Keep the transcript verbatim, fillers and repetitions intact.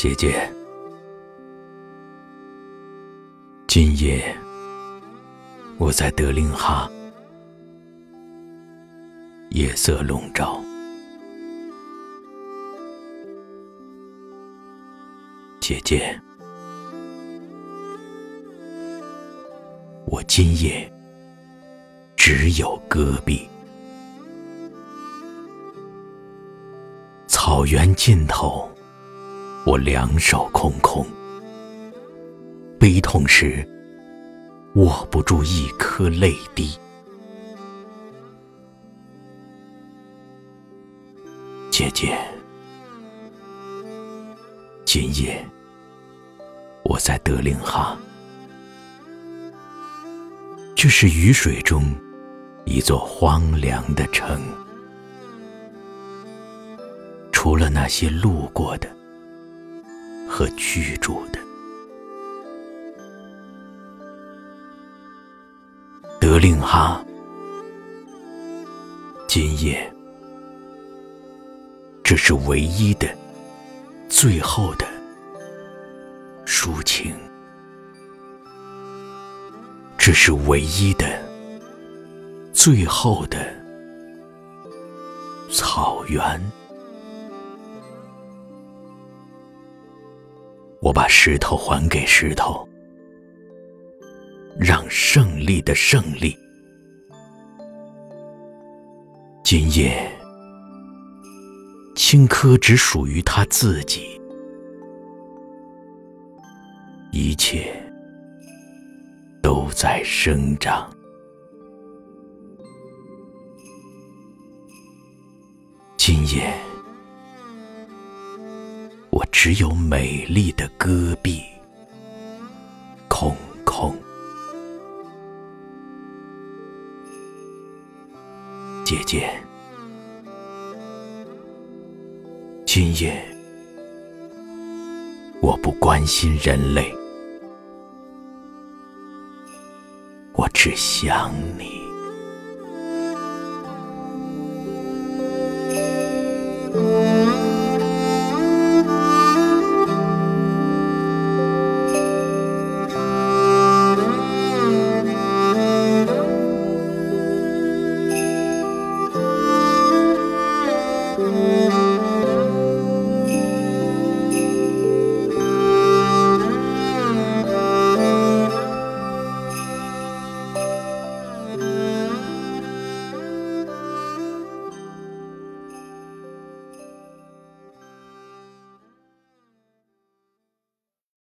姐姐，今夜我在德令哈，夜色笼罩。姐姐，我今夜只有戈壁，草原尽头，我两手空空，悲痛时握不住一颗泪滴。姐姐，今夜我在德令哈，这是雨水中一座荒凉的城，除了那些路过的和居住的。德令哈，今夜这是唯一的最后的抒情，这是唯一的最后的草原。我把石头还给石头，让胜利的胜利。今夜青稞只属于他自己，一切都在生长。今夜我只有美丽的戈壁，空空。姐姐，今夜我不关心人类，我只想你。